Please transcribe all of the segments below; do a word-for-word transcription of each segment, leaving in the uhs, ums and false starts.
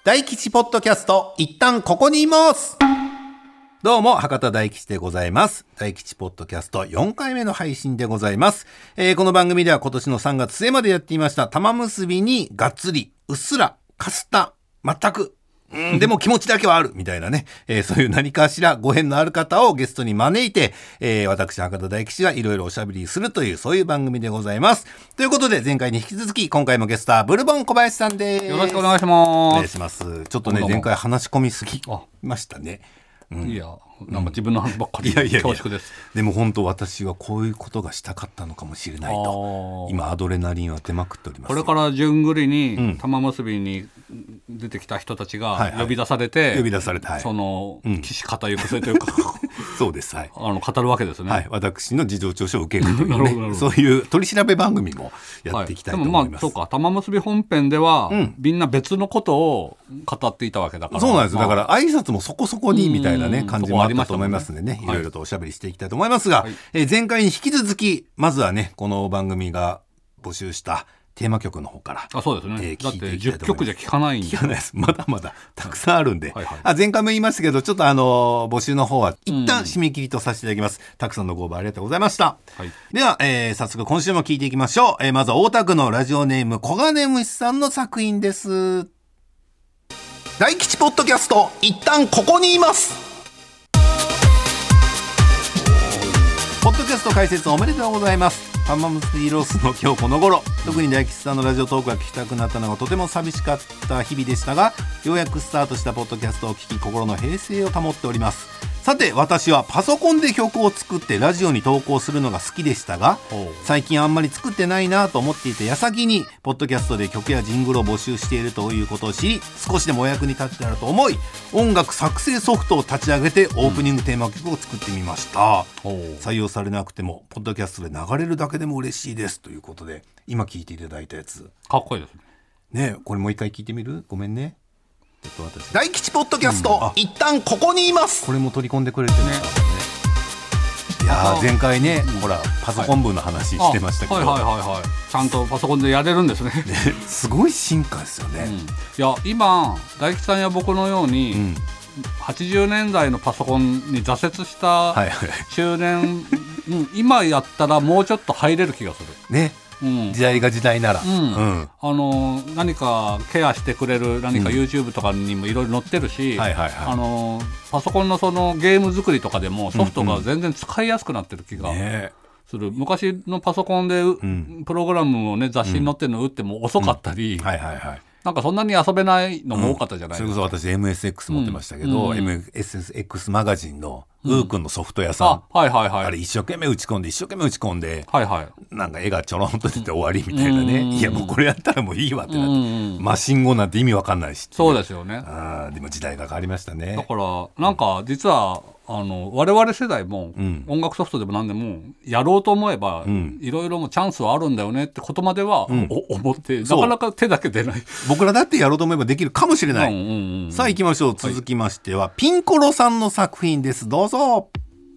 大吉ポッドキャスト、一旦ここにいます。どうも博多大吉でございます。大吉ポッドキャストよんかいめの配信でございます、えー、この番組では今年のさんがつ末までやっていました玉結びにがっつり、うっすら、かすった全くうん、でも気持ちだけはあるみたいなね、えー、そういう何かしらご縁のある方をゲストに招いて、えー、私博多大吉がいろいろおしゃべりするというそういう番組でございます。ということで前回に引き続き今回もゲストはブルボン小林さんです。 よろしくお願いします。お願いします。ちょっとね前回話し込みすぎましたね。うん、 いやなんか自分の話ばっかり、うん、いやいやいや恐縮です。 でも本当私はこういうことがしたかったのかもしれないと今アドレナリンは出まくっております。 これから順繰りに玉結びに出てきた人たちが呼び出されて、はいはい、呼び出されて、はい、その起死回生癖というかそうです、はい、 あの語るわけですね、 はい、私の事情聴取を受けるという、ね、そういう取り調べ番組もやっていきたいと思います、はい、でもまあそうか玉結び本編では、うん、みんな別のことを語っていたわけだから。 そうなんです、まあ、だから挨拶もそこそこにみたいなね感じもあったと思いますのでね、いろいろとおしゃべりしていきたいと思いますが、はい、えー、前回に引き続きまずはねこの番組が募集したテーマ曲の方から。 あ、そうですね、えー、だってじゅっきょくじゃ聴かないんで。 聴かないです。まだまだたくさんあるんで、はいはい、あ前回も言いましたけどちょっとあの募集の方は一旦締め切りとさせていただきます、うん、たくさんのご応募ありがとうございました、はい、では、えー、早速今週も聴いていきましょう、えー、まずは大田区のラジオネーム小金虫さんの作品です。大吉ポッドキャスト一旦ここにいます。ポッドキャスト開設おめでとうございます。玉結びロスの今日この頃、特に大吉さんのラジオトークが聞きたくなったのがとても寂しかった日々でしたが、ようやくスタートしたポッドキャストを聞き心の平静を保っております。さて私はパソコンで曲を作ってラジオに投稿するのが好きでしたが、最近あんまり作ってないなと思っていた矢先にポッドキャストで曲やジングルを募集しているということを知り、少しでもお役に立ってやると思い音楽作成ソフトを立ち上げてオープニングテーマ曲を作ってみました、うん、採用されなくてもポッドキャストで流れるだけでも嬉しいですということで、今聴いていただいたやつかっこいいですね。これもう一回聴いてみる？ごめんね。えっと、私大吉ポッドキャスト、うん、一旦ここにいます。これも取り込んでくれてね、いや前回ね、うん、ほらパソコン部の話してましたけど、 はいはいはいはい、ちゃんとパソコンでやれるんですね。ね、 すごい進化ですよね、うん、いや今大吉さんや僕のように、うん、はちじゅうねんだいのパソコンに挫折した中年、はいはい、うん、今やったらもうちょっと入れる気がするね、うん、時代が時代なら、うんうん、あの何かケアしてくれる何か YouTube とかにもいろいろ載ってるし、うん、はいはいはい、あのパソコンのそのゲーム作りとかでもソフトが全然使いやすくなってる気がする、うんうん、昔のパソコンで、うん、プログラムを、ね、雑誌に載ってるの打っても遅かったり、うん、はいはいはい、なんかそんなに遊べないのも多かったじゃないですか、 うん、それこそ私 エムエスエックス 持ってましたけど、うん、エムエスエックス マガジンのウー君のソフト屋さん、うん、あ、はいはいはい、あれ一生懸命打ち込んで一生懸命打ち込んで、はいはい、なんか絵がちょろんと出て終わりみたいなね、うん、いやもうこれやったらもういいわってなって、うん、マシン語なんて意味わかんないし。 そうですよね。 あ、でも時代が変わりましたね。 だからなんか実はあの我々世代も音楽ソフトでも何でもやろうと思えばいろいろチャンスはあるんだよねってことまでは、うん、思ってなかなか手だけ出ない。僕らだってやろうと思えばできるかもしれない、うんうんうん、さあ行きましょう。続きましては、はい、ピンコロさんの作品です。どうぞ。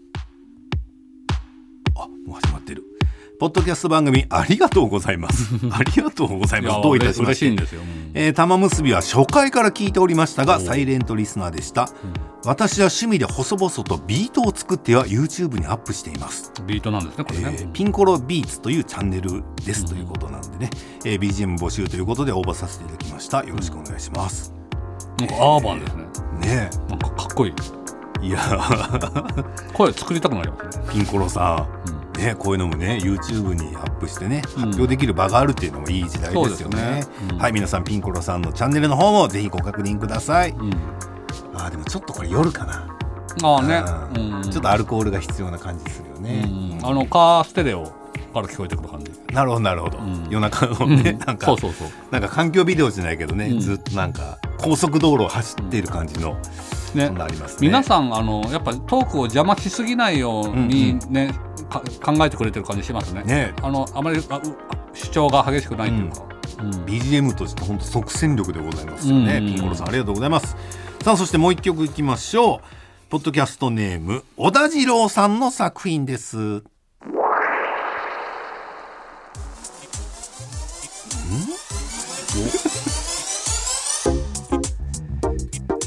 あ、もう始まってる。ポッドキャスト番組ありがとうございますありがとうございます。どういたしまして。嬉しいんですよ、うん、えー、玉結びは初回から聞いておりましたがサイレントリスナーでした、うん、私は趣味で細々とビートを作っては YouTube にアップしています。 ビートなんですねこれね、 えー、ピンコロビーツというチャンネルですということなんでね、うん、えー、ビージーエム 募集ということで応募させていただきました。よろしくお願いします、 うん、なんかアーバンですね、 えー、ねえ、なんかかっこいい。 いや声作りたくなりますね。 ピンコロさん、うんね、こういうのもね YouTube にアップしてね、うん、発表できる場があるっていうのもいい時代ですよね。ね、うん、はい、皆さんピンコロさんのチャンネルの方もぜひご確認ください、うん、あでもちょっとこれ夜かなあ、ね、うん、 ちょっとアルコールが必要な感じするよね、 うん、あのカーステレオから聞こえてくる感じ。 なるほどなるほど、うん、夜中のね、うん、なんかそうそうそう、なんか環境ビデオじゃないけどね、うん、ずっとなんか高速道路を走っている感じの、ね、そんなありますね。 皆さんあのやっぱりトークを邪魔しすぎないようにね、うんうん、考えてくれてる感じします ね, ねあのあまりあ主張が激しくないというか、 うんうん、ビージーエム として本当即戦力でございますよね、うんうん、ピンコロさんありがとうございます。さあそしてもう一曲いきましょう。ポッドキャストネーム小田次郎さんの作品です。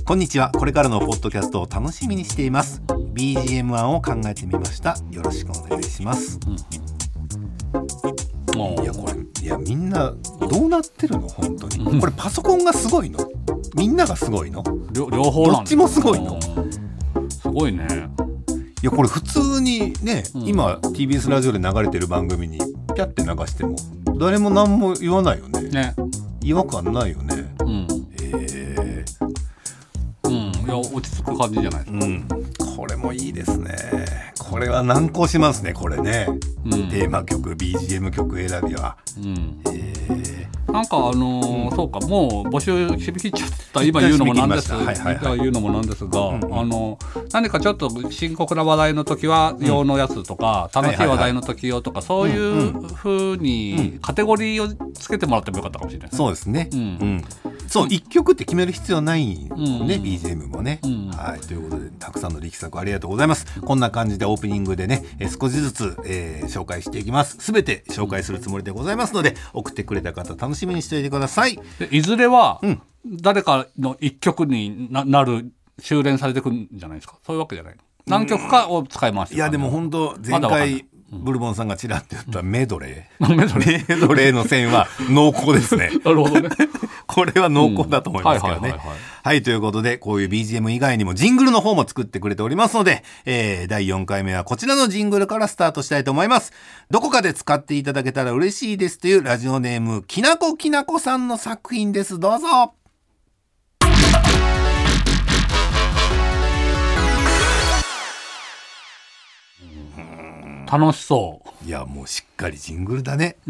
こんにちは。これからのポッドキャストを楽しみにしています。 ビージーエム 案を考えてみました。よろしくお願いします、うん、いやこれいやみんなどうなってるの本当に。これパソコンがすごいの？みんながすごいの？ 両方なんどっちもすごいの？ すごいね。 いやこれ普通にね、うん、今 ティービーエス ラジオで流れてる番組にピャって流しても誰も何も言わないよね。ね、違和感ないよね。うん、えー、うん、いや落ち着く感じじゃないですか、うん、 これもいいですね。これは難航しますねこれね、うん、テーマ曲 ビージーエム 曲選びは、うん、えー、なんかあのーうん、そうかもう募集締め切っちゃった今言うのもなんです、はいはいはい、言うのもなんですが、うんうん、あの何かちょっと深刻な話題の時は用のやつとか、うん、楽しい話題の時用とか、はいはいはい、そういう風にカテゴリーをつけてもらってもよかったかもしれない、ね、 そうですね、うんうん、そういっきょくって決める必要はないんですね、うんうん、ビージーエム もね、うん、はい、ということでたくさんの力作ありがとうございます。こんな感じでオープニングでね、えー、少しずつ、えー、紹介していきます。すべて紹介するつもりでございますので送ってくれた方楽しみにしておいてください。 でいずれは、うん、誰かの一曲に な, なる修練されていくんじゃないですか。そういうわけじゃないの。何曲かを使いました、ね、 いやでも本当前回ブルボンさんがちらっと言ったメドレー、メドレー、メドレーの線は濃厚ですね。 なるほどね。 これは濃厚だと思いますからね。はい、ということでこういう ビージーエム 以外にもジングルの方も作ってくれておりますので、えー、だいよんかいめはこちらのジングルからスタートしたいと思います。どこかで使っていただけたら嬉しいですというラジオネームきなこきなこさんの作品です。どうぞ。 楽しそう。 いやもうしっかりジングルだね、うん、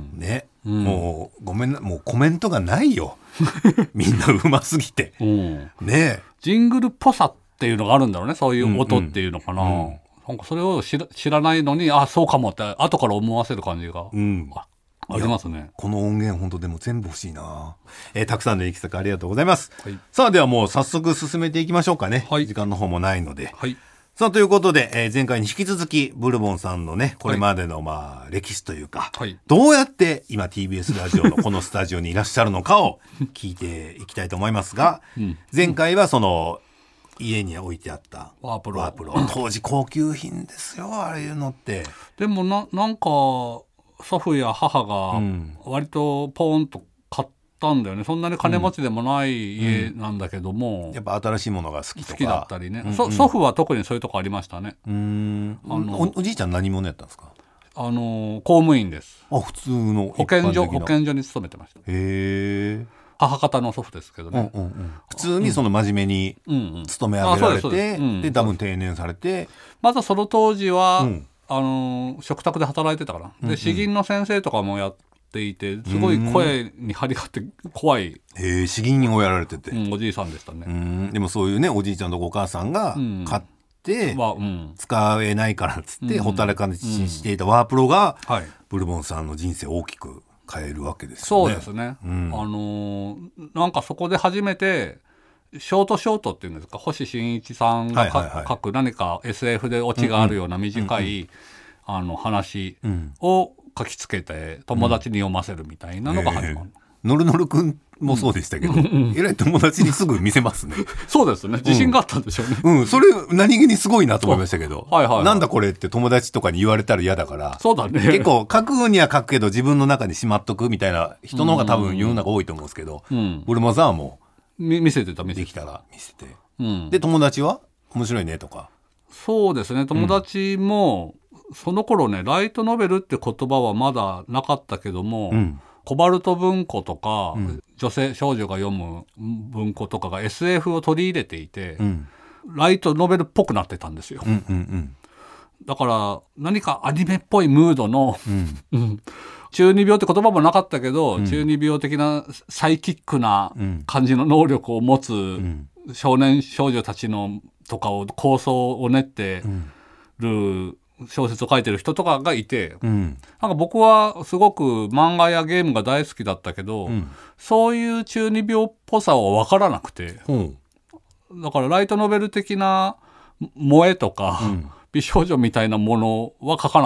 ね、うん、もうごめんな、もうコメントがないよ。みんなうますぎて、うん、ね、 ジングルっぽさっていうのがあるんだろうね。そういう音っていうのかな、うんうん、なんかそれを知 ら, 知らないのにあそうかもって後から思わせる感じが、うん、あ, ありますね。 この音源本当でも全部欲しいな、えー、たくさんの力作ありがとうございます、はい、さあではもう早速進めていきましょうかね、はい、時間の方もないので、はい、さあということで、えー、前回に引き続きブルボンさんのねこれまでのまあ歴史というか、はい、どうやって今 ティービーエス ラジオのこのスタジオにいらっしゃるのかを聞いていきたいと思いますが、うん、前回はその家に置いてあったワープロ、ワープロ当時高級品ですよああいうのって。 でも な, なんか祖父や母が割とポーンと買ったんだよね。そんなに金持ちでもない家なんだけども、うん、 やっぱ新しいものが好きとか好きだったりね、うんうん、祖父は特にそういうとこありましたね。 うーん、あの お, おじいちゃん何者やったんですか？ あの公務員です。 あ、普通の保健所保健所に勤めてました。 へー、 母方の祖父ですけどね、 うんうんうん、普通にその真面目に勤め上げられて、うんうん、で, で多分定年されて、 まずその当時は、うん、あの食卓で働いてたから、うんうん、で詩吟の先生とかもやっていてすごい声に張りがって怖い、 へー、詩吟をやられてて、 うん、おじいさんでしたね。 うん、でもそういうねおじいちゃんとお母さんが買って、うんまあうん、使えないからっつって、うん、ほったらかしにしていたワープロが、うんはい、ブルボンさんの人生を大きく変えるわけですよね。 そうですね、うん、あのー、なんかそこで初めてショートショートっていうんですか、星新一さんが、はいはいはい、書く何か エスエフ でオチがあるような短い、うんうん、あの話を書きつけて友達に読ませるみたいなのが始まる、うんえー、 ノルノルくんもそうでしたけど、うん、えらい友達にすぐ見せますね。 そうですね、自信があったんでしょうね、 うんうん、それ何気にすごいなと思いましたけど、はいはいはい、なんだこれって友達とかに言われたら嫌だから。 そうだね、 結構書くには書くけど自分の中にしまっとくみたいな人の方が多分世の中多いと思うんですけど、うん、ブルマさんはもう見せてた見せてたできたら見せて、うん、で友達は面白いねとか。 そうですね、友達も、うん、その頃ねライトノベルって言葉はまだなかったけども、うん、コバルト文庫とか、うん、女性少女が読む文庫とかが エスエフ を取り入れていて、うん、ライトノベルっぽくなってたんですよ、うんうんうん、だから何かアニメっぽいムードの、うん、中二病って言葉もなかったけど、うん、中二病的なサイキックな感じの能力を持つ少年少女たちのとかを構想を練ってる小説を書いてる人とかがいて、うん、なんか僕はすごく漫画やゲームが大好きだったけど、うん、そういう中二病っぽさは分からなくて、うん、だからライトノベル的な萌えとか、うん、美少女みたいなものは書かなかった。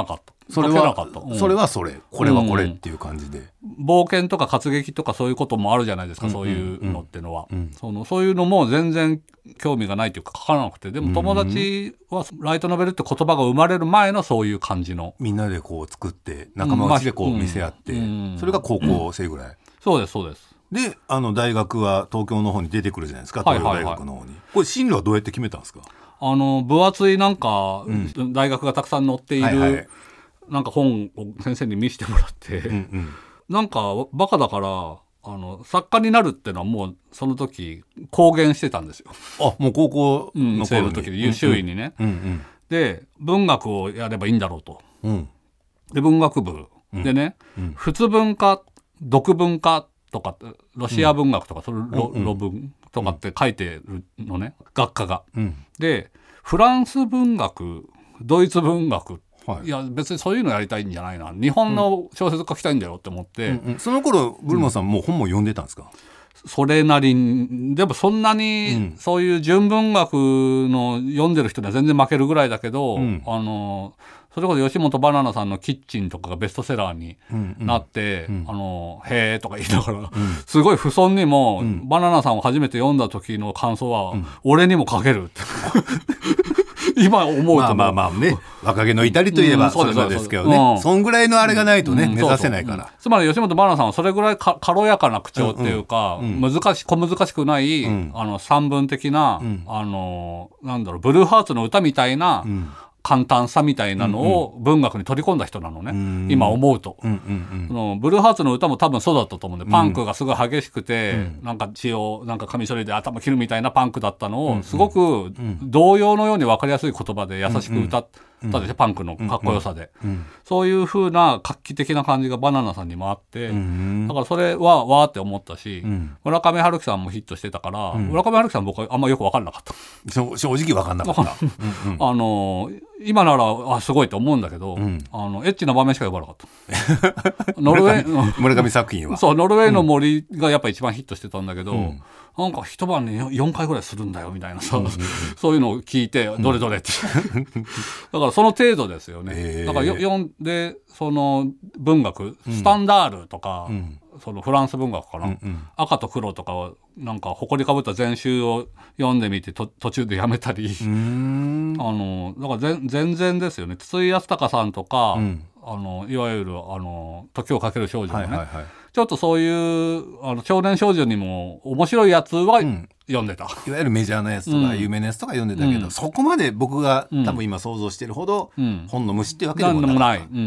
それは、うん、それはそれこれはこれっていう感じで、 うん、冒険とか活劇とかそういうこともあるじゃないですか、うん、そういうのってのは、うん、そのそういうのも全然興味がないというか書かなくて、でも友達はライトノベルって言葉が生まれる前のそういう感じの、 みんなでこう作って仲間内でこう見せ合って、うん、それが高校生ぐらい、うん、 そうですそうです。 であの大学は東京の方に出てくるじゃないですか、東洋大学の方に、はいはいはい、これ進路はどうやって決めたんですか？ あの分厚いなんか、うん、大学がたくさん載っている、はいはい、なんか本を先生に見せてもらって、うんうん、なんかバカだからあの作家になるっていうのはもうその時公言してたんですよ。 あ、もう高校の生の時で周囲にね、うんうんうん、で文学をやればいいんだろうと、うん、で文学部でね、うんうん、仏文化読文化とかロシア文学とか、うん、それ ロ,、うんうん、ロ文とかって書いてるのね、学科が、うん、でフランス文学ドイツ文学、はい、いや別にそういうのやりたいんじゃないな、日本の小説書きたいんだよって思って、うんうんうん、その頃ブルマさんもう本も読んでたんですか？ それなりに、でもそんなにそういう純文学の読んでる人には全然負けるぐらいだけど、うん、あのそれこそ吉本バナナさんのキッチンとかがベストセラーになって、うんうん、あのへーとか言いながら、うん、すごい不遜にも、うん、バナナさんを初めて読んだ時の感想は、うん、俺にも書けるって今思うと、 まあまあまあね、若気の至りといえばそれがですけどね、うん、そんぐらいのあれがないとね、うん、目指せないから、 そうそう、うん、つまり吉本バナナさんはそれぐらいか軽やかな口調っていうか、うんうん、難し小難しくない、うん、あの散文的な、うん、あのなんだろうブルーハーツの歌みたいな、うん、簡単さみたいなのを文学に取り込んだ人なのね、うん、今思うと、うんうんうん、そのブルーハーツの歌も多分そうだったと思うんで、パンクがすごい激しくて、うん、なんか血をなんかカミソリで頭切るみたいなパンクだったのを、うん、すごく童謡のように分かりやすい言葉で優しく歌って、うんうん、パンクのかっこよさで、うんうん、そういう風な画期的な感じがバナナさんにもあって、うん、だからそれはわーって思ったし、うん、村上春樹さんもヒットしてたから、うん、村上春樹さん僕はあんまよく分かんなかった正直分かんなかったうん、うん、あの今ならあすごいと思うんだけど、うん、あのエッチな場面しか読まなかったノルウェー村上作品はそうノルウェーの森がやっぱ一番ヒットしてたんだけど、うん、なんか一晩によんかいぐらいするんだよみたいなさ、うんうんうん、そういうのを聞いてどれどれって、うん、だからその程度ですよね、えー、だから読んでその文学スタンダールとか、うん、そのフランス文学かな、うんうん、赤と黒とかはなんか埃かぶった全集を読んでみてと途中でやめたり、うーんあのだから全全然ですよね。筒井康隆さんとか、うん、あのいわゆるあの時をかける少女のね、はいはいはい、ちょっとそういうあの少年少女にも面白いやつは、うん読んでた。 いわゆるメジャーなやつとか、うん、有名なやつとか読んでたけど、うん、そこまで僕が多分今想像してるほど、うん、本の虫っていうわけでもなかった、ない、うんうんうん、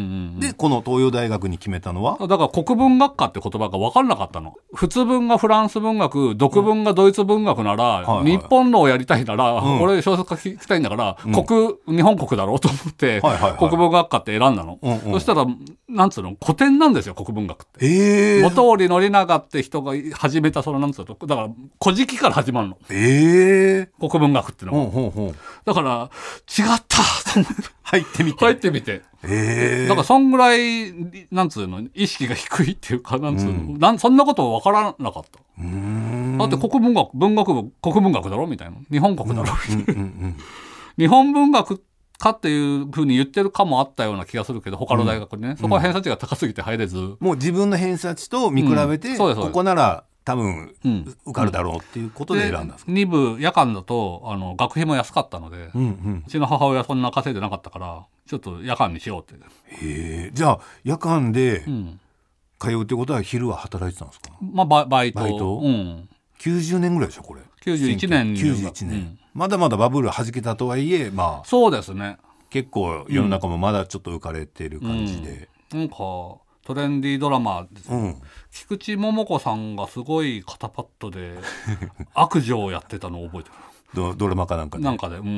でこの東洋大学に決めたのはだから国文学科って言葉が分かんなかったの。仏文がフランス文学読文がドイツ文学なら、うん、日本のをやりたいなら、はいはい、俺小説書きたいんだから、うん、国日本国だろうと思って、はいはいはい、国文学科って選んだの、うんうん、そしたらなんつうの古典なんですよ国文学って、えー、本居宣長って人が始めたそのなんつうのだから古事記から始まるの、えー、国文学っていうのは、ほうほうほうだから違った入ってみて入ってみて、えー、だからそんぐらいなんつうの意識が低いっていうかなんつうの、うん、なんそんなこと分からなかった。うーんだって国文学文学部国文学だろみたいな日本国だろみたいな、うんうんうんうん、日本文学かっていう風に言ってるかもあったような気がするけど他の大学にね、うん、そこは偏差値が高すぎて入れず、うん、 もう自分の偏差値と見比べて、うん、そうですそうですここなら多分受かるだろうっていうことで選んだんですか、うん、 に部夜間だとあの学費も安かったので、うんうん、うちの母親そんな稼いでなかったからちょっと夜間にしようって。 へじゃあ夜間で通うってことは昼は働いてたんですか、 まあ、バ, バイト、 バイト、うん、きゅうじゅうねんぐらいでしょこれきゅうじゅういちねんにきゅうじゅういちねん、うん、まだまだバブル弾けたとはいえまあそうですね結構世の中もまだちょっと浮かれてる感じで、 うん、なんかトレンディードラマです、ねうん、菊池桃子さんがすごい肩パッドで悪女をやってたのを覚えてるド, ドラマかなんかでなんかで、うん、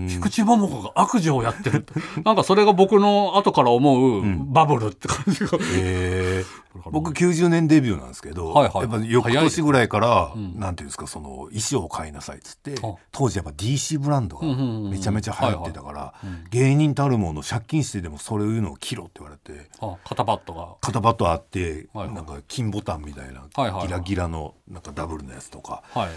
菊池桃子が悪女をやってるなんかそれが僕の後から思うバブルって感じが、うんえー、僕きゅうじゅうねんデビューなんですけど、はいはい、やっぱ翌年ぐらいから、うん、なんていうんですかその衣装を買いなさいっつって、うん、当時やっぱ ディーシー ブランドがめちゃめちゃ流行ってたから、うんうんうん、芸人たるもの借金してでもそれを言うのを着ろって言われて、 あ肩パッドが肩パッドあって、はいはい、なんか金ボタンみたいな、はいはいはい、ギラギラのなんかダブルのやつとか、はい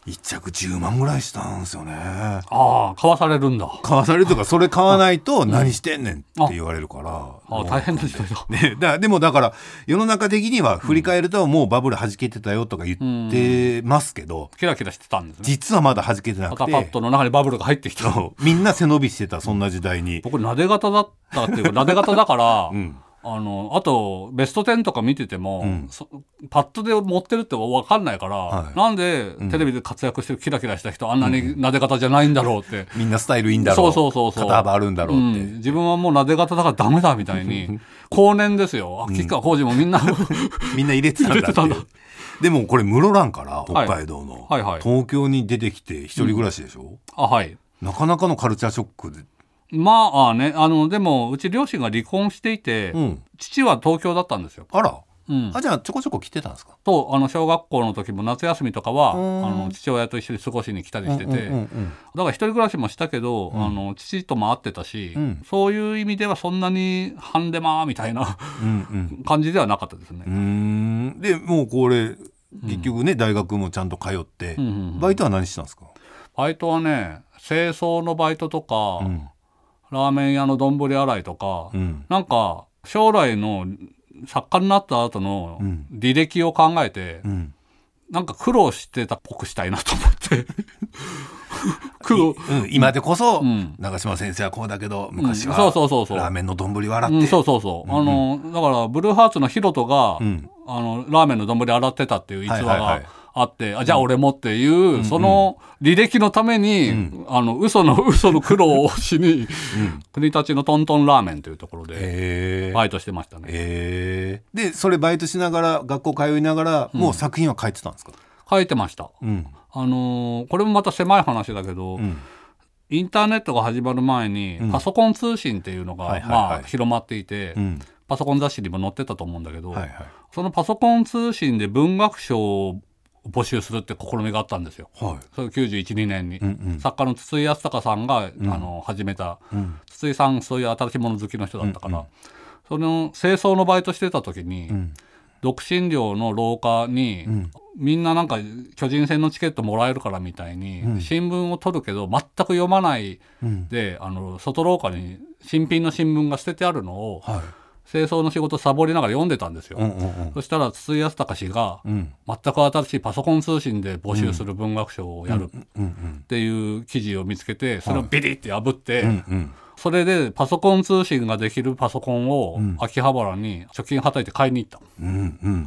いっ着じゅうまんぐらいしたんですよね。 ああ、買わされるんだ。 買わされるとか、それ買わないと何してんねんって言われるから、 ああ、大変ですよ、 ね、だでもだから世の中的には振り返るともうバブル弾けてたよとか言ってますけど、 キラキラしてたんですね。 実はまだ弾けてなくて、 パタパッドの中にバブルが入ってきた。 みんな背伸びしてた、そんな時代に。 僕なで型だったっていうかなで型だから、うん、あのあとベストテンとか見てても、うん、パッドで持ってるって分かんないから、はい、なんでテレビで活躍してるキラキラした人、うん、あんなになで型じゃないんだろうって、 うん、みんなスタイルいいんだろう、そうそうそうそう、肩幅あるんだろうって、うん、 自分はもうなで型だからダメだみたいに後年ですよ、吉川晃司もみんなみんな入れてたんだって。でもこれ室蘭から北海道の、はいはいはい、東京に出てきて一人暮らしでしょ、うん、あ、はい、なかなかのカルチャーショックで。 まあね、あのでもうち両親が離婚していて、うん、父は東京だったんですよ。 あら、うん、あ、じゃあちょこちょこ来てたんですか。 と、あの小学校の時も夏休みとかはあの父親と一緒に過ごしに来たりしてて、うんうんうんうん、だから一人暮らしもしたけど、うん、あの父とも会ってたし、うん、そういう意味ではそんなにハンデマーみたいな、うんうん、感じではなかったですね。 うーん、でもうこれ結局ね、うん、大学もちゃんと通って、うんうんうん、バイトは何してたんですか。 バイトはね、清掃のバイトとか、うん、ラーメン屋の丼洗いとか、うん、なんか将来の作家になった後の履歴を考えて、うん、なんか苦労してたっぽくしたいなと思って苦労、 うん、今でこそ、うん、長嶋先生はこうだけど昔はラーメンの丼洗って、うん、 そうそうそう、うんうん、あのだからブルーハーツのヒロトが、うん、あのラーメンの丼洗ってたっていう逸話が、はいはいはい、あって、あ、じゃあ俺もっていう、うん、その履歴のために、うん、あの嘘の嘘の苦労をしに、うん、国立のトントンラーメンというところでバイトしてましたね。 へー。でそれバイトしながら学校通いながら、うん、もう作品は書いてたんですか。 書いてました、うん、あのー、これもまた狭い話だけど、うん、インターネットが始まる前に、うん、パソコン通信っていうのが、はいはいはい、まあ、広まっていて、うん、パソコン雑誌にも載ってたと思うんだけど、はいはい、そのパソコン通信で文学賞を募集するって試みがあったんですよ、はい、それきゅうじゅういち、にねんに、うんうん、作家の筒井康隆さんが、うん、あの始めた、うん、筒井さんそういう新しいもの好きの人だったから、うんうん、その清掃のバイトしてた時に、うん、独身寮の廊下に、うん、みんななんか巨人戦のチケットもらえるからみたいに、うん、新聞を取るけど全く読まないで、うん、あの外廊下に新品の新聞が捨ててあるのを、はい、清掃の仕事サボりながら読んでたんですよ、うんうんうん、そしたら筒井康隆氏が、うん、全く新しいパソコン通信で募集する文学賞をやるっていう記事を見つけて、それをビリって破って、はい、うんうん、それでパソコン通信ができるパソコンを秋葉原に貯金はたいて買いに行った、うんうん、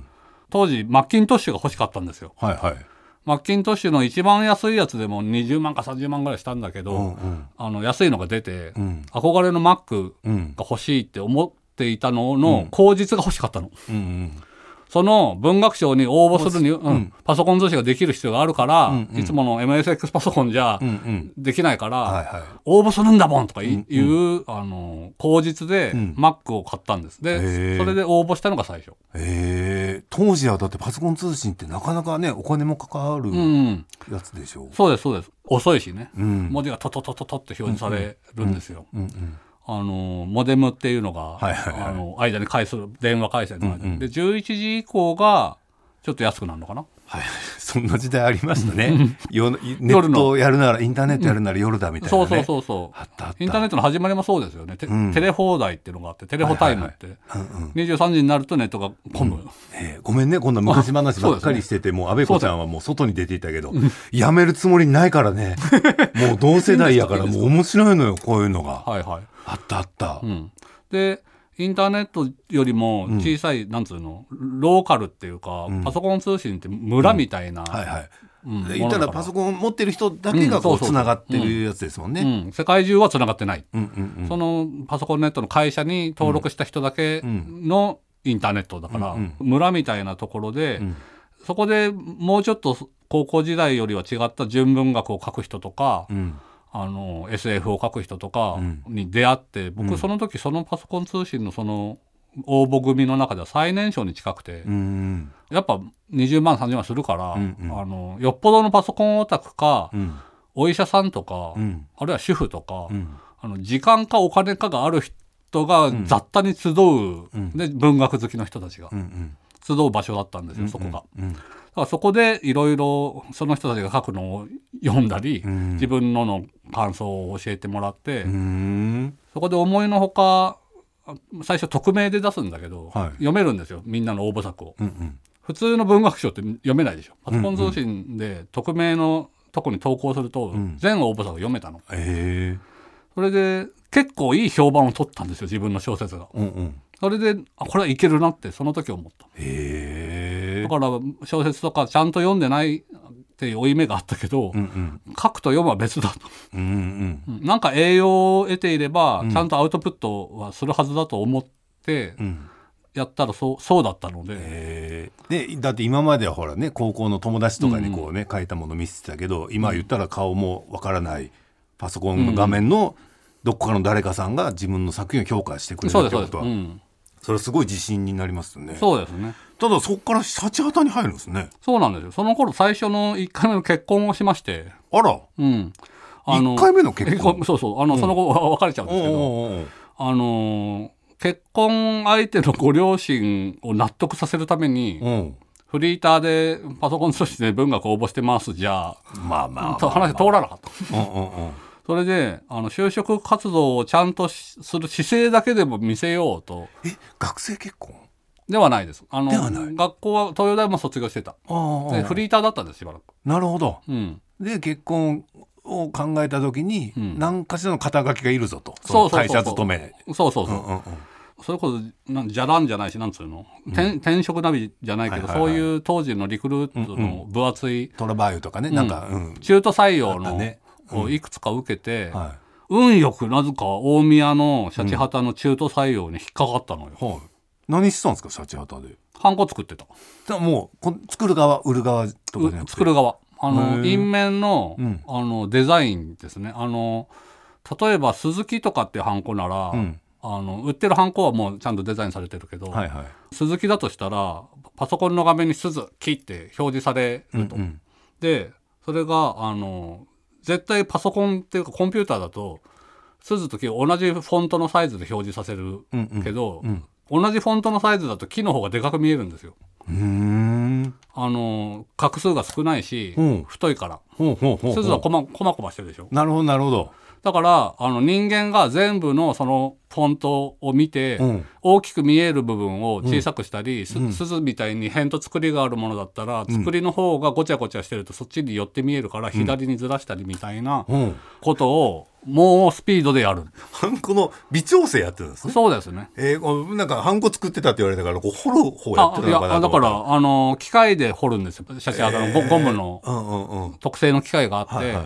当時マッキントッシュが欲しかったんですよ、はいはい、マッキントッシュの一番安いやつでもにじゅうまんかさんじゅうまんぐらいしたんだけど、うんうん、あの安いのが出て、うん、憧れの Mac が欲しいって思っていたのの口実が欲しかったの、うんうんうん、その文学賞に応募するに、うん、パソコン通信ができる必要があるから、うんうん、いつもの エムエスエックス パソコンじゃできないから、うんうん、はいはい、応募するんだもんとかいう、うんうん、あの口実で Mac を買ったんです。でそれで応募したのが最初。 へー、当時はだってパソコン通信ってなかなかねお金もかかるやつでしょ、うんうん、 そうですそうです。遅いしね、うん、文字がトトトトトって表示されるんですよ、うんうんうんうん、あのモデムっていうのが、はいはいはい、あの間に返す電話回線の間、うんうん、でじゅういちじ以降がちょっと安くなるのかな、 はい、そんな時代ありましたねネットやるならインターネットやるなら夜だみたいなね、うん、 そうそうそうそう、あったあった。インターネットの始まりもそうですよね、うん、テレ放題っていうのがあって、テレホタイムって、はいはいはい、うんうん、にじゅうさんじになるとネットが混む、うん、えー、ごめんね、こんな昔話ばっかりしてて、もう安倍子ちゃんはもう外に出ていたけどやめるつもりないからねもう同世代やからもう面白いのよこういうのが、はいはい、あったあった、うん、でインターネットよりも小さい、うん、なんつうのローカルっていうか、うん、パソコン通信って村みたいな、うん、はいはい、うん、言ったらパソコン持ってる人だけがこうつながってるやつですもんね、うんうん、 世界中はつながってない、うんうんうん、そのパソコンネットの会社に登録した人だけのインターネットだから、うんうん、村みたいなところで、うん、そこでもうちょっと高校時代よりは違った純文学を書く人とか、うん、あの エスエフ を書く人とかに出会って、うん、僕その時そのパソコン通信のその応募組の中では最年少に近くて、うん、やっぱにじゅうまんさんじゅうまんするから、うんうん、あのよっぽどのパソコンオタクか、うん、お医者さんとか、うん、あるいは主婦とか、うん、あの時間かお金かがある人が雑多に集う、うん、で文学好きの人たちが、うんうん、集う場所だったんですよ、そこが、うんうん、 からそこでいろいろその人たちが書くのを読んだり、うん、自分のの感想を教えてもらって、うん、そこで思いのほか最初匿名で出すんだけど、はい、読めるんですよ、みんなの応募作を、うんうん、普通の文学賞って読めないでしょ。パソコン通信で匿名のとこに投稿すると全応募作を読めたの、うん、それで結構いい評判を取ったんですよ、自分の小説が、うんうん、それであこれはいけるなってその時思った。へだから小説とかちゃんと読んでないっていう負い目があったけど、うんうん、書くと読むは別だと、うんうん、なんか栄養を得ていればちゃんとアウトプットはするはずだと思ってやったら そ, うそうだったので、 へでだって今まではほらね高校の友達とかにこうね、うんうん、書いたもの見せてたけど、今言ったら顔もわからないパソコンの画面のどこかの誰かさんが自分の作品を評価してくれるってことは、うん、それはすごい自信になりますね。 そうですね。 ただそこからシャチハタに入るんですね。 そうなんですよ。その頃最初のいっかいめの結婚をしまして。 あら、うん、あのいっかいめの結婚。 そうそう、あの、うん、その後別れちゃうんですけど、あの結婚相手のご両親を納得させるために、うん、フリーターでパソコン通信で文学応募してますじゃあ、まあまあまあまあ、話通らなかった。うんうんうん、それであの就職活動をちゃんとする姿勢だけでも見せようと。 え、学生結婚ではないです。あの学校は東洋大も卒業してた。でフリーターだったんですしばらく。 なるほど、うん、で結婚を考えた時に、うん、何かしらの肩書きがいるぞと、その会社勤め。 そうそうそう、うんうんうん、それこそなんじゃらんじゃないし、なんつうの、うん、転, 転職ナビじゃないけど、はいはいはい、そういう当時のリクルートの分厚い、うんうん、 トラバーユとかね、なんか、うん、 中途採用の、ね、をいくつか受けて、はい、運よくなぜか大宮のシャチハタの中途採用に引っかかったのよ、うんはい、 何してたんですか、シャチハタで。 ハンコ作ってた。 だもう作る側売る側とかじゃなくて、 作る側、あの印面 の,、うん、あのデザインですね。あの例えば鈴木とかっていうハンコなら、うん、あの売ってるハンコはもうちゃんとデザインされてるけど、はいはい、鈴木だとしたらパソコンの画面に鈴木って表示されると、うんうん、でそれがあの絶対パソコンっていうかコンピューターだと鈴と木同じフォントのサイズで表示させるけど、うんうんうん、同じフォントのサイズだと木の方がでかく見えるんですよ。うーん、あの画数が少ないし、うん、太いから鈴はこまこまこましてるでしょ。 なるほどなるほど。 だからあの人間が全部のそのフォントを見て、うん、大きく見える部分を小さくしたり、うん、鈴みたいに辺と作りがあるものだったら、うん、作りの方がごちゃごちゃしてるとそっちに寄って見えるから、左にずらしたりみたいなことをもうスピードでやる。 ハンコの微調整やってるんですね。 そうですね。 えー、なんかハンコ作ってたって言われたからこう掘る方やってるのかなと思った。 あ、いやだからあの機械で掘るんですよ。シャチハタの ゴ, ゴムの、うんうんうん、特製の機械があって、はいはい、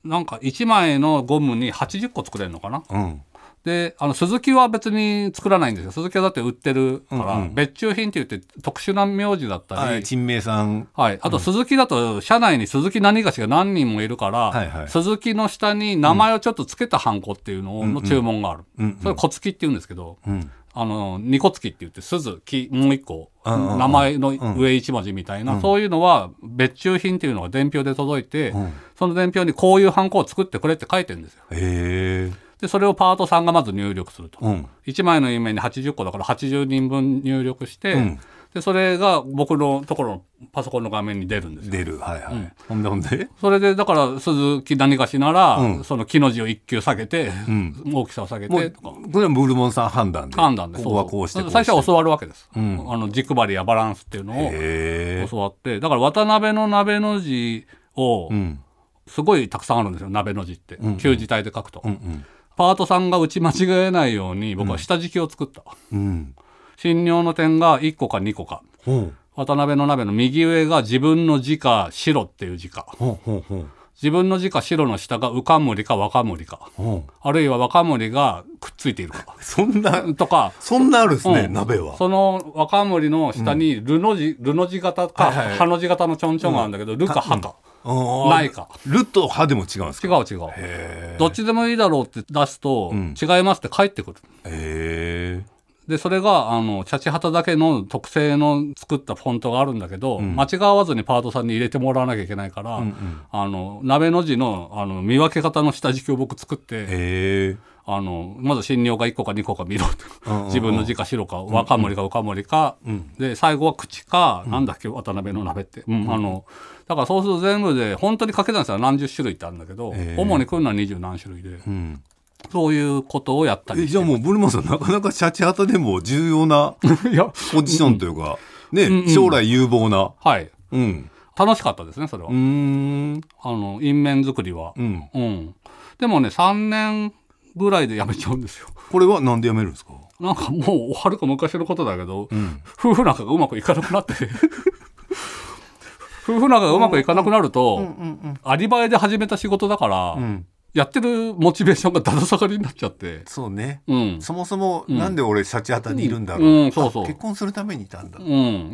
なんかいちまいのゴムにはちじゅっこ作れるのかな、うん、であの鈴木は別に作らないんですよ。鈴木はだって売ってるから、うんうん、別注品って言って特殊な名字だったり、 珍名さん、 はい、あと鈴木だと社内に鈴木何がしが何人もいるから、はいはい、鈴木の下に名前をちょっとつけたハンコっていうのの注文がある、うんうん、それ小付きって言うんですけど、うん、あのにこ付きって言って鈴木もういっこ、うんうん、名前の上いち文字みたいな、うん、そういうのは別注品っていうのが伝票で届いて、うん、その伝票にこういうハンコを作ってくれって書いてるんですよ。へー。でそれをパートさんがまず入力すると、うん、いちまいの印面にはちじゅっこだからはちじゅうにんぶん入力して、うん、でそれが僕のところのパソコンの画面に出るんですよ。 出る、はいはい、うん、ほんでほんでそれでだから鈴木何がしなら、うん、その木の字をいっ級下げて、うん、大きさを下げてとか、 これはブルボンさん判断で判断で、 ここはこうしてこうして最初は教わるわけです、うん、あの軸張りやバランスっていうのを教わって、だから渡辺の鍋の字を、うん、すごいたくさんあるんですよ、鍋の字って、うんうん、旧字体で書くと、うんうん、パートさんが打ち間違えないように僕は下敷きを作った、うん、診療の点がいっこかにこか、うん、渡辺の鍋の右上が自分の字か白っていう字か、うんうんうん、自分の字か白の下がうかむりか若むりか、うん、あるいは若むりがくっついているかそんなとか、 そんなあるんですね、うん、鍋は。 その若むりの下にルの字、ルの字型か、はいはい、ハの字型のちょんちょんがあるんだけど、うん、ルかハか、うん、ないか。 ルとハでも違うんですか。 違う違う。へー。どっちでもいいだろうって出すと、うん、違いますって返ってくる。へー。でそれがあのシャチハタだけの特製の作ったフォントがあるんだけど、うん、間違わずにパートさんに入れてもらわなきゃいけないから、うんうん、あの鍋の字 の, あの見分け方の下敷きを僕作って、 あのまず診療がいっこかにこか見ろと、うんうん、自分の字か白か若森か岡森か、うん、で最後は口か、うん、なんだっけ渡辺の鍋って、うんうん、あのだからそうすると全部で本当に掛け算したら何十種類ってあるんだけど、えー、主に来るのは二十何種類で、うん、そういうことをやったりして。 えじゃあもうブルマンさんなかなかシャチハタでも重要なポジションというか、ね、うんうん、将来有望な、 はい、うん、楽しかったですねそれは。うーんあの印面作りは、うんうん、でもねさんねんぐらいで辞めちゃうんですよ。 これはなんで辞めるんですか？ なんかもうはるか昔のことだけど、うん、夫婦仲がうまくいかなくなって夫婦仲がうまくいかなくなると、うんうんうん、アリバイで始めた仕事だから、うん、やってるモチベーションがだだ下がりになっちゃって。 そうね、うん、そもそもなんで俺シャチハタにいるんだろう、うんうん、そうそう結婚するためにいたんだ、 うん、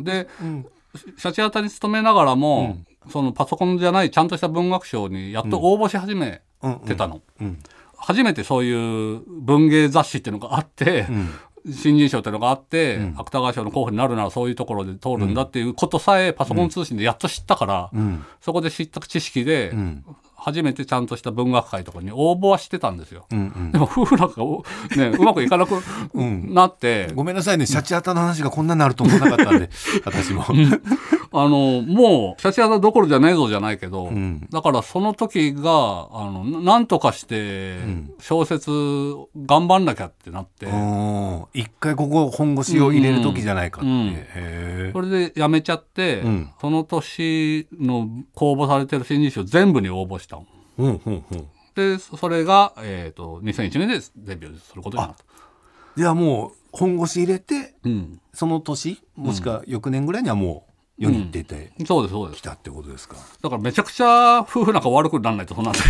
で、うん、シャチハタに勤めながらも、うん、そのパソコンじゃないちゃんとした文学賞にやっと応募し始めてたの、うんうんうん、初めてそういう文芸雑誌っていうのがあって、うん、新人賞っていうのがあって、うん、芥川賞の候補になるならそういうところで通るんだっていうことさえパソコン通信でやっと知ったから、うん、そこで知った知識で、うん、初めてちゃんとした文学会とかに応募はしてたんですよ、うんうん、でも夫婦仲が、ね、うまくいかなくなって、 うん、ごめんなさいねシャチハタの話がこんなになると思わなかったんで私もあのもうシャチハタどころじゃねえぞじゃないけど、うん、だからその時があのなんとかして小説頑張んなきゃってなって、うん、 一回ここ本腰を入れる時じゃないかって、うんうん、 へそれでやめちゃって、うん、その年の公募されてる新人賞全部に応募したの、うんうんうん、でそれが、えーと、にせんいちねんでデビューすることになった。 じゃあもう本腰入れて、うん、その年もしくは翌年ぐらいにはもう世に出てきたってことですか？ だからめちゃくちゃ夫婦仲悪くならないとそんなん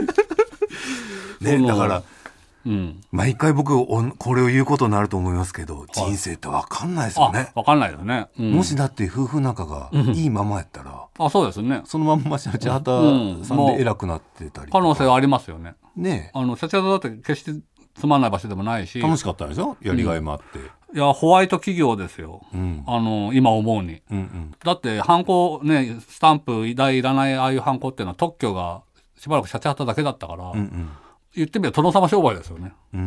ねだから、うん、毎回僕これを言うことになると思いますけど人生って分かんないですよね。 分かんないですね、うん、 もしだって夫婦仲がいいままやったら、 うん、あそうですねそのまんまシャチハタさんで偉くなってたりとか、 可能性はありますよね。 ねあのシャチハタだって決してつまんない場所でもないし楽しかったでしょやりがいもあって、うんいやホワイト企業ですよ、うん、あの今思うに、うんうん、だってハンコねスタンプ偉大いらないああいうハンコっていうのは特許がしばらくシャチハタだけだったから、うんうん、言ってみれば殿様商売ですよね、うん、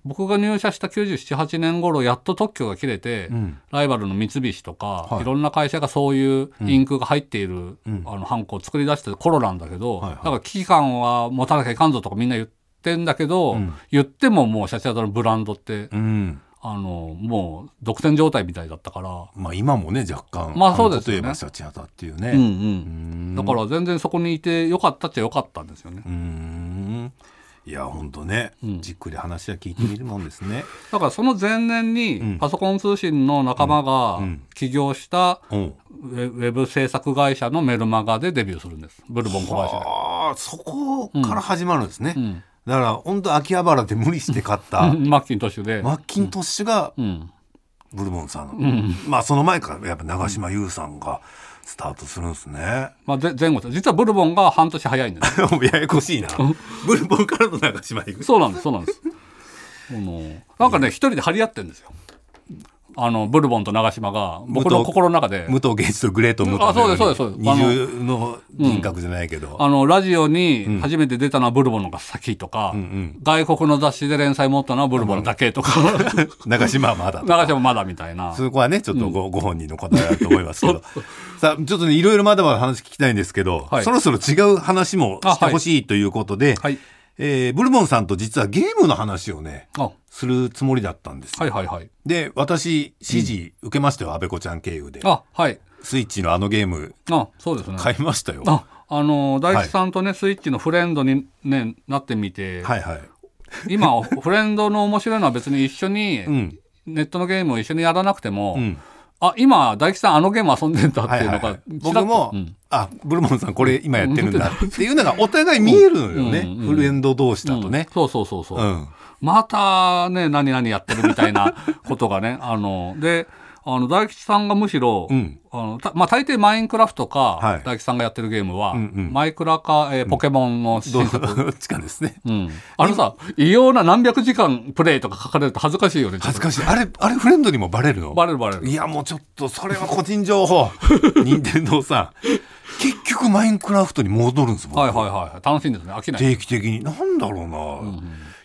僕が入社したきゅうじゅうなな、はちねん頃やっと特許が切れて、うん、ライバルの三菱とか、はい、いろんな会社がそういうインクが入っている、うん、あのハンコを作り出してる頃なんだけど、はいはい、だから危機感は持たなきゃいかんぞとかみんな言ってんだけど、うん、言ってももうシャチハタのブランドって、うんあのもう独占状態みたいだったから、 まあ、今もね若干まあそうですよね、 例えばシャチハタっていうね、 うんうん、うんだから全然そこにいてよかったっちゃよかったんですよね。 うーんいや本当ね、うん、じっくり話は聞いてみるもんですね。 だからその前年にパソコン通信の仲間が起業したウェブ制作会社のメルマガでデビューするんです。ブルボン子会社で。 あそこから始まるんですね、うんうんだから本当秋葉原で無理して買ったマッキントッシュでマッキントッシュがブルボンさん、うん、まあその前からやっぱ長嶋優さんがスタートするんですね、 まあ、前後実はブルボンが半年早いんですややこしいなブルボンからの長嶋優そうなんですそうなんですなんかね一人で張り合ってるんですよあのブルボンと長嶋が僕の心の中で武藤敬司とグレート武藤あそうですそうですそうです二重の人格じゃないけど、 うん、あのラジオに初めて出たのはブルボンのが先とか、うんうん、外国の雑誌で連載持ったのはブルボンだけとか、 うん、長嶋はまだ長嶋まだみたいなそこはねちょっと ご,、うん、ご本人の答えだと思いますけどさあちょっとねいろいろまだまだ話聞きたいんですけど、はい、そろそろ違う話もしてほしいということで、はいえー、ブルボンさんと実はゲームの話をねするつもりだったんですよ、 はいはいはい、 で私指示受けましたよ、うん、安倍子ちゃん経由であ、はい、 スイッチのあのゲームあそうですね買いましたよあ、あの大吉さんとね、はい、スイッチのフレンドに、ね、なってみて、はいはい、今フレンドの面白いのは別に一緒に、うん、ネットのゲームを一緒にやらなくても、うんあ今大吉さんあのゲーム遊んでんだっていうのが、はいはいはい、 僕も、うん、あブルボンさんこれ今やってるんだっていうのがお互い見えるのよね、うんうんうん、フレンド同士だとね、 うん、そうそうそうそう、うん、またね何々やってるみたいなことがねあのであの大吉さんがむしろ、うんあのまあ、大抵マインクラフトか、はい、大吉さんがやってるゲームは、うんうん、マイクラか、えー、ポケモンの新作、 うん、どっちかですね、 うん、あのさ異様な何百時間プレイとか書かれると恥ずかしいよね恥ずかしいあれあれフレンドにもバレるのバレるバレるいやもうちょっとそれは個人情報任天堂さん結局マインクラフトに戻るんですもんはいはいはい楽しいんですね飽きない定期的になんだろうな、うんうん、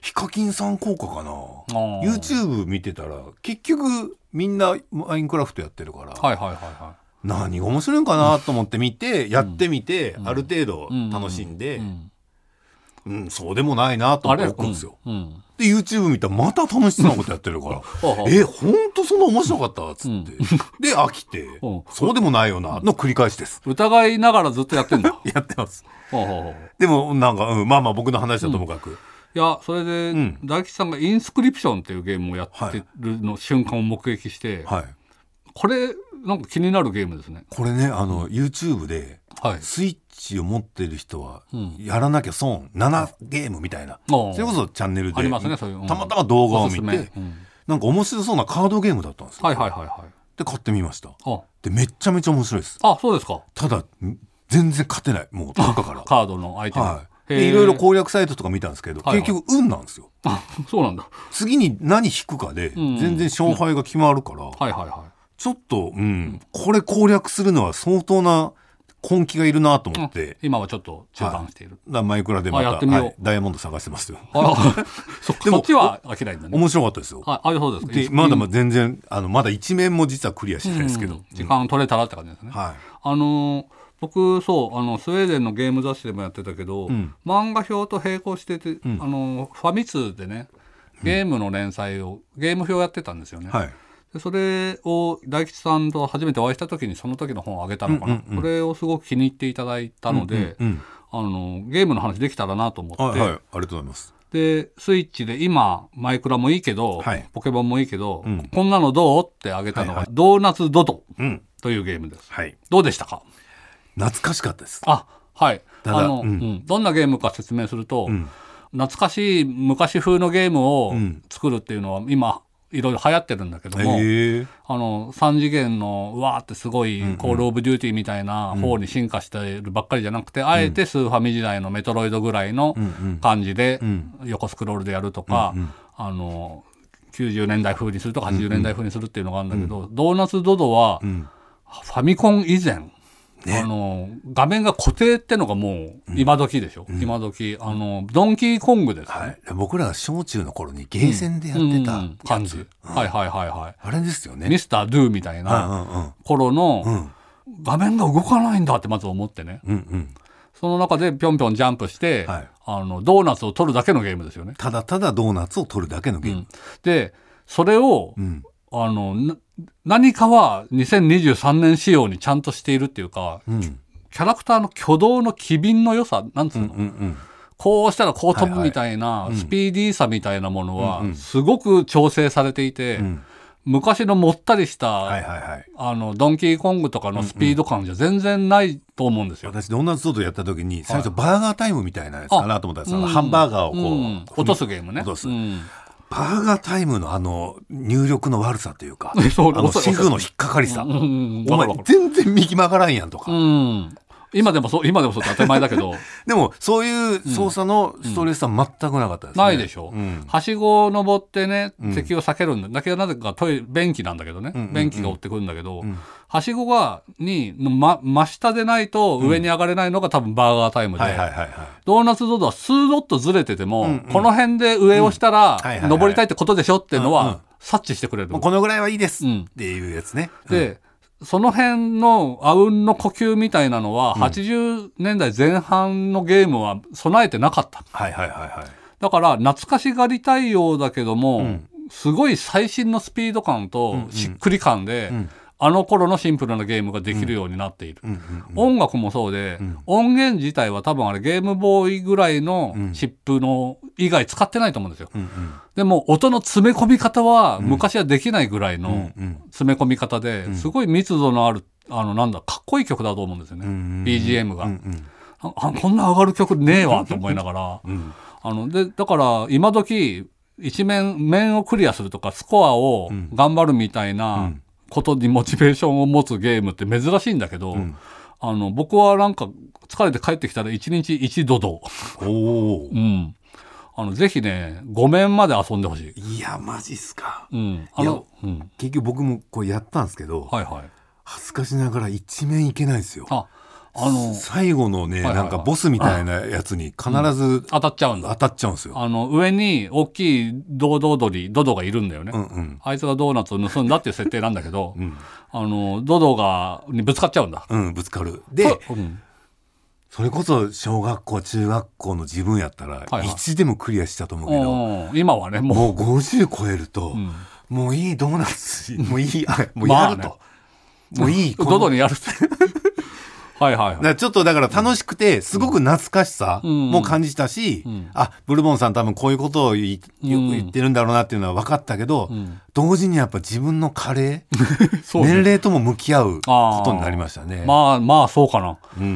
ヒカキンさん効果かな。 YouTube 見てたら結局みんなマインクラフトやってるから、 はいはいはいはい、 何が面白いのかなと思って見て、うん、やってみて、うん、ある程度楽しんで、うんうんうんうん、そうでもないなと思って置くんですよ、うんうん、で YouTube 見たらまた楽しそうなことやってるからえほんとそんな面白かったっつって、うん、で飽きてそうでもないよなの繰り返しです。 疑いながらずっとやってんだやってますでもなんか、うん、まあまあ僕の話はともかく、うん、 いやそれで、うん、大吉さんがインスクリプションっていうゲームをやってるの瞬間を目撃して、はい、これなんか気になるゲームですね。 これねあの、うん、YouTube で、はい、スイッチを持ってる人はやらなきゃ損、うん、ななゲームみたいな、うん、それこそチャンネルでありますね、そういう、うん、たまたま動画を見て、うん、なんか面白そうなカードゲームだったんですよ、はいはいはいはい、で買ってみました。でめっちゃめちゃ面白いです。 あそうですか。 ただ全然勝てない、もうどっかからカードの相手が、はい、 でいろいろ攻略サイトとか見たんですけど、はいはい、結局運なんですよ。 あそうなんだ。 次に何引くかで全然勝敗が決まるから、うんうん、はいはいはい、ちょっと、うん、これ攻略するのは相当な根気がいるなと思って、うん、 今はちょっと中断している、 はい、マイクラでまたやってみよう、 はい、ダイヤモンド探してますよ。 そ, でもそっちは飽きないんだね。 面白かったですよ。 はい、あそうですか。 でまだまだ全然あのまだ一面も実はクリアしてないですけど、うん、 時間取れたらって感じですね、はい、あのー僕そうあのスウェーデンのゲーム雑誌でもやってたけど、うん、漫画表と並行してて、うん、あのファミ通でねゲームの連載を、うん、ゲーム表やってたんですよね、はい、でそれを大吉さんと初めてお会いした時にその時の本をあげたのかな、うんうんうん、それをすごく気に入っていただいたので、うんうんうん、あのゲームの話できたらなと思って、はいはい、ありがとうございます。 でスイッチで今マイクラもいいけど、はい、ポケモンもいいけど、うん、こんなのどうってあげたのが、はいはい、ドーナツドドというゲームです、はい、どうでしたか。 懐かしかったです。 あはいあの、うんうん、どんなゲームか説明すると、うん、懐かしい昔風のゲームを作るっていうのは今いろいろ流行ってるんだけども、あのさん次元のうわーってすごい、うんうん、コールオブデューティーみたいな方に進化しているばっかりじゃなくて、うん、あえてスーファミ時代のメトロイドぐらいの感じで横スクロールでやるとか、うんうん、あのきゅうじゅうねんだい風にするとかはちじゅうねんだい風にするっていうのがあるんだけど、うんうん、ドーナツドドは、うん、ファミコン以前ね、あの画面が固定ってのがもう今時でしょ、うん、今時あのドンキーコングですね、はい、 僕らが小中の頃にゲーセンでやってた、うんうん、 感じ、うん、はいはいはいはいあれですよね。 ミスタードゥみたいな頃の、うんうん、画面が動かないんだってまず思ってね、うんうん、その中でぴょんぴょんジャンプして、はい、あのドーナツを取るだけのゲームですよね。 ただただドーナツを取るだけのゲーム、うん、 でそれを、うんあの何かはにせんにじゅうさんねん仕様にちゃんとしているっていうか、うん、キャラクターの挙動の機敏の良さなんつうの、うんうんうん、こうしたらこう飛ぶみたいな、はいはい、スピーディーさみたいなものはすごく調整されていて、うんうん、昔のもったりした、はいはいはい、あのドンキーコングとかのスピード感じゃ全然ないと思うんですよ、 うんうん、私ドーナツソードやった時に最初バーガータイムみたいなやつかなと思ったら、そのハンバーガーをこう、うん、 落とすゲームね、 落とす、うんバーガータイムのあの入力の悪さというかあのシフの引っかかりさ、うんうんうん、お前全然右曲がらんやんとか、うん、 今でもそう今でもそうって当たり前だけどでもそういう操作のストレスは全くなかったですね、 うん、ないでしょ、うん、はしごを登ってね敵を避けるんだ、だけどなぜかトイレ便器なんだけどね、うんうんうん、便器が追ってくるんだけど、うん、はしごがに、ま、真下でないと上に上がれないのが多分バーガータイムで、はいはいはいはい、ドーナツドドは数ドットずれてても、うんうん、この辺で上をしたら、うんはいはいはい、登りたいってことでしょっていうのは、うんうん、察知してくれる。 このぐらいはいいですっていうやつね、 うん、でその辺のあうんの呼吸みたいなのは、うん、はちじゅうねんだいぜん半のゲームは備えてなかった、はいはいはいはい、だから懐かしがりたいようだけども、うん、すごい最新のスピード感としっくり感で、うんうん、あの頃のシンプルなゲームができるようになっている、うんうんうん、音楽もそうで、うん、音源自体は多分あれゲームボーイぐらいのチップの以外使ってないと思うんですよ、うんうん、でも音の詰め込み方は昔はできないぐらいの詰め込み方で、すごい密度のあるあのなんだかっこいい曲だと思うんですよね、うんうん、ビージーエム が、うんうん、あこんな上がる曲ねえわと思いながら、うん、あのでだから今時一面面をクリアするとかスコアを頑張るみたいなことにモチベーションを持つゲームって珍しいんだけど、うん、あの僕はなんか疲れて帰ってきたらいちにちいちドドお、うん、あのぜひねご面まで遊んでほしい。 いやマジっすか、うん、あのうん、結局僕もこれやったんですけど、はいはい、恥ずかしながら一面いけないですよ。ああの最後のね、はいはいはい、なんかボスみたいなやつに必ず、うん、 当たっちゃうんだ。 当たっちゃうんですよ。 あの上に大きいドドドリドドがいるんだよね、うんうん、あいつがドーナツを盗んだっていう設定なんだけど、うん、あのドドがにぶつかっちゃうんだ。 うん、ぶつかる。で、うん、それこそ小学校中学校の自分やったらいち、はいはい、でもクリアしたと思うけど、 今はねもう、 もうごじゅう超えると、うん、もういいドーナツもういいあもうやると、まあね、もういいドドにやるってはいはいはい、 だからちょっとだから楽しくてすごく懐かしさも感じたし、うんうん、あブルボンさん多分こういうことを言ってるんだろうなっていうのは分かったけど、うん、同時にやっぱ自分の加齢、ね、年齢とも向き合うことになりましたね。 まあまあそうかな、うん、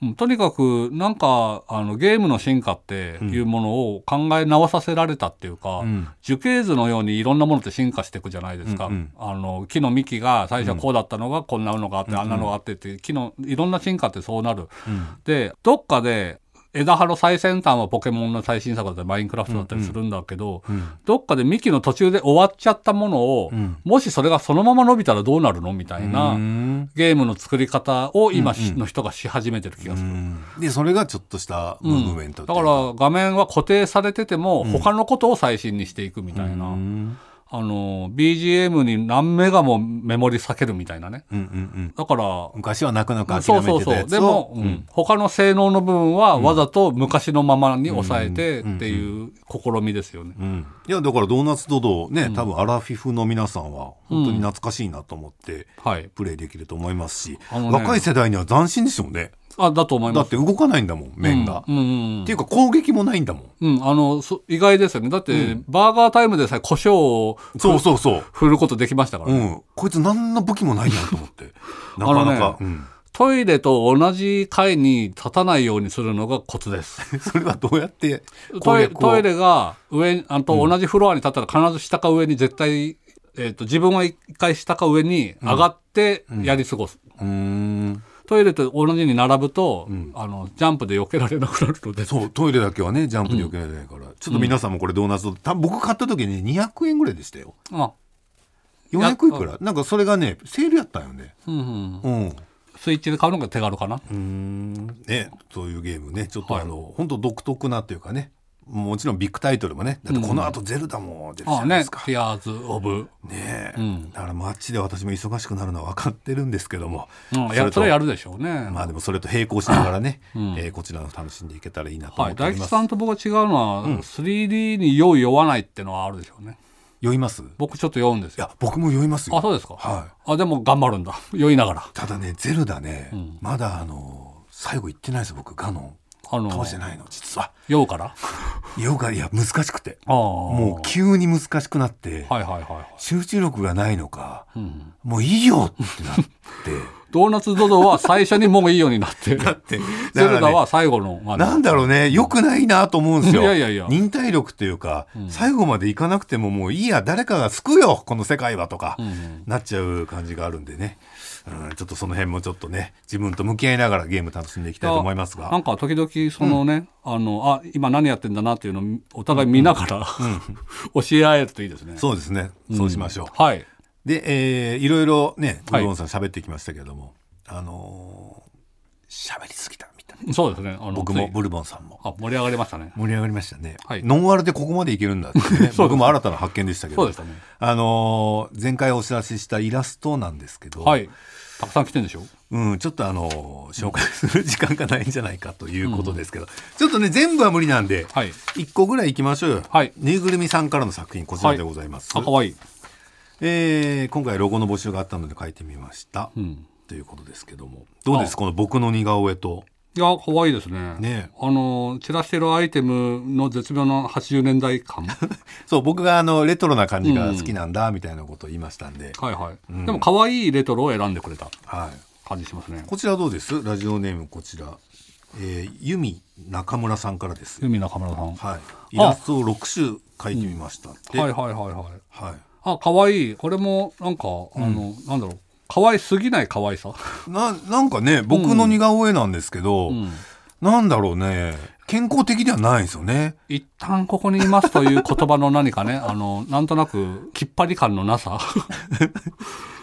とにかくなんかあのゲームの進化っていうものを考え直させられたっていうか、うん、樹形図のようにいろんなものって進化していくじゃないですか、うんうん、あの木の幹が最初はこうだったのがこんなのがあって、うん、あんなのがあってって木のいろんな進化ってそうなる、うん、でどっかで枝葉の最先端はポケモンの最新作だったりマインクラフトだったりするんだけど、うんうん、どっかで幹の途中で終わっちゃったものを、うん、もしそれがそのまま伸びたらどうなるのみたいなゲームの作り方を今の人がし始めてる気がする、うんうん、でそれがちょっとしたムーブメント、うん、 だから画面は固定されてても、うん、他のことを最新にしていくみたいな、うんあの ビージーエム に何メガもメモリ避けるみたいなね、うんうんうん、だから昔はなかなか諦めてたやつをそうそうそうでも、うん、他の性能の部分はわざと昔のままに抑えてっていう試みですよね、うんうんうん、 いやだからドーナツドドね、うん、多分アラフィフの皆さんは本当に懐かしいなと思ってプレイできると思いますし、うんはい、若い世代には斬新でしょうね。 あだと思います。 だって動かないんだもん面が、うんうんうん、っていうか攻撃もないんだもん、 うん、あの意外ですよね。だって、うん、バーガータイムでさえ胡椒をそうそうそう振ることできましたからね、 うん、こいつ何の武器もないなと思ってなかなか、ねうん、 トイレと同じ階に立たないようにするのがコツですそれはどうやってトイ、トイレが上あと同じフロアに立ったら必ず下か上に絶対、えー、と自分は一回下か上に上がってやり過ごす、うんうんトイレと同じに並ぶと、うん、あのジャンプで避けられなくなるのでそうトイレだけはねジャンプで避けられないから、うん、ちょっと皆さんもこれドーナツ多分僕買った時ににひゃくえんぐらいでしたよ。あよんひゃくいくらなんかそれがねセールやったよね、うんうんうん、 スイッチで買うのが手軽かな。うーん、ね、そういうゲームねちょっとあの、はい、本当独特なというかねもちろんビッグタイトルもねだってこの後ゼルダも出るじゃないですか、 うん、ああねティアーズ・オブねえ、うん、だからマッチで私も忙しくなるのは分かってるんですけども、 うん、それとやるでしょうね。 まあでもそれと並行しながらね、うんえー、こちらの楽しんでいけたらいいなと思っております、 はい、大吉さんと僕が違うのは、うん、スリーディー に酔う酔わないってのはあるでしょうね。 酔います？ 僕ちょっと酔うんですよ。 いや僕も酔いますよ。 あそうですか、 はい、 あでも頑張るんだ酔いながら。 ただねゼルダね、うん、まだあの最後行ってないです僕ガノンあの倒してないの実は。 酔うから酔うからいや難しくてもう急に難しくなって、 はいはいはいはい、 集中力がないのか、うん、もういいよってなってドーナツドドは最初にもういいようになってだってゼルダは最後の、 まあ、なんだろうね良くないなと思うんですよ。いやいやいや忍耐力っていうか、うん、最後までいかなくてももういいや誰かが救うよこの世界はとか、うんうん、なっちゃう感じがあるんでね、うん、ちょっとその辺もちょっとね自分と向き合いながらゲーム楽しんでいきたいと思いますが、 なんか時々そのね、うん、あのあ今何やってんだなっていうのをお互い見ながら、うんうん、教え合えるといいですね。 そうですねそうしましょう、 うん、はいで、えー、いろいろねブルボンさん喋ってきましたけれども、はい、あのー、喋りすぎたみたいな。 そうですねあの僕もブルボンさんもあ盛り上がりましたね。 盛り上がりましたね、はい、ノンアルでここまでいけるんだって、ね、僕も新たな発見でしたけどそうでしたね、 あのー、前回お知らせしたイラストなんですけど、 はいたくさん来てるんでしょ、 うん、ちょっとあの紹介する時間がないんじゃないかということですけど、うん、ちょっとね全部は無理なんで、はい、いっこぐらいいきましょうよ、はい、ぬいぐるみさんからの作品こちらでございます、 はい、あかわいい、 えー、今回ロゴの募集があったので書いてみました、うん、ということですけどもどうですこの僕の似顔絵と。 いやかわいいですね。ねあの散らしてるアイテムの絶妙なはちじゅうねんだい感そう僕があのレトロな感じが好きなんだみたいなことを言いましたんで、 うん、はいはい、うん、でもかわいいレトロを選んでくれた感じしますね、はい、 こちらどうです。ラジオネームこちら、えー、由美中村さんからです。 由美中村さん、 はい、イラストをろくしゅ描いてみましたって、 うん、はいはいはいはい、はい、あかわいい。これもなんか、うん、あのなんだろうかわいすぎないかわいさな, なんかね僕の似顔絵なんですけど、うんうんなんだろうね健康的ではないんですよね。 一旦ここにいますという言葉の何かねあのなんとなくきっぱり感のなさ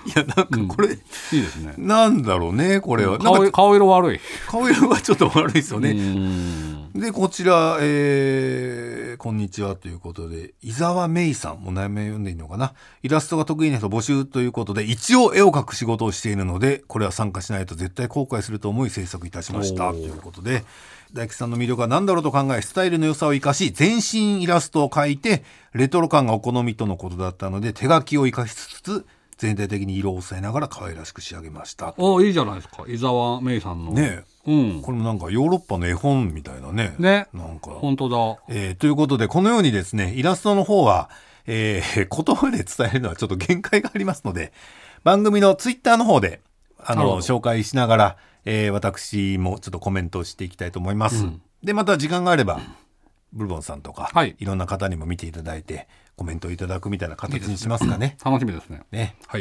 やなんかこれ、うん、いいですね。 なんだろうねこれは、うん、 顔, なんか顔色悪い顔色がちょっと悪いですよね。うんでこちら、えー、こんにちはということで伊沢芽衣さんも名前読んでいいのかな。イラストが得意な人募集ということで一応絵を描く仕事をしているのでこれは参加しないと絶対後悔すると思い制作いたしましたということで、大吉さんの魅力は何だろうと考えスタイルの良さを生かし全身イラストを描いてレトロ感がお好みとのことだったので手書きを生かしつつ全体的に色を抑えながら可愛らしく仕上げました。 おいいじゃないですか伊沢芽衣さんのねえ、うん、これもなんかヨーロッパの絵本みたいなね。 ね、 なんか本当だ、 えー、ということでこのようにですねイラストの方は、えー、言葉で伝えるのはちょっと限界がありますので番組のツイッターの方であの紹介しながら、えー、私もちょっとコメントをしていきたいと思います、うん、でまた時間があればブルボンさんとか、はい、いろんな方にも見ていただいてコメントをいただくみたいな形にしますかね。 楽しみですね。 ね、 はい。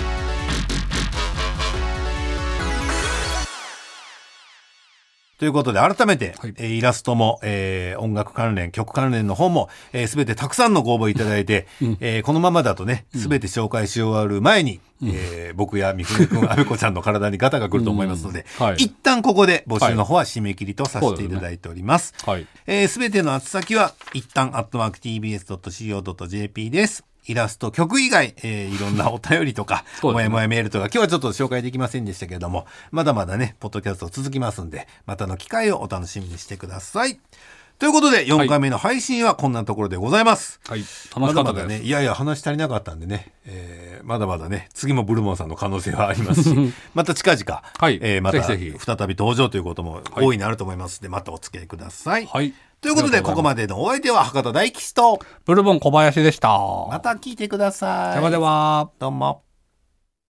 ということで改めて、はい、えー、イラストも、えー、音楽関連曲関連の方も、えー、全てたくさんのご応募いただいて、うんえー、このままだとね全て紹介し終わる前に、うんえー、僕や三船君阿部子ちゃんの体にガタが来ると思いますので、うんはい、一旦ここで募集の方は締め切りとさせていただいております。はいえー、全ての宛先は一旦アットマーク ティービーエスドットシーオードットジェーピー です。イラスト曲以外、えー、いろんなお便りとかもやもやメールとか今日はちょっと紹介できませんでしたけれどもまだまだねポッドキャスト続きますんでまたの機会をお楽しみにしてください。ということでよんかいめの配信はこんなところでございます。 はい、楽しかったです。まだまだねいやいや話足りなかったんでね、えー、まだまだね次もブルボンさんの可能性はありますしまた近々、はいえー、また再び登場ということも大いにあると思いますので、はい、またお付き合いください。はいということでここまでのお相手は博多大吉とブルボン小林でした。 また聞いてください。 ではではどうも。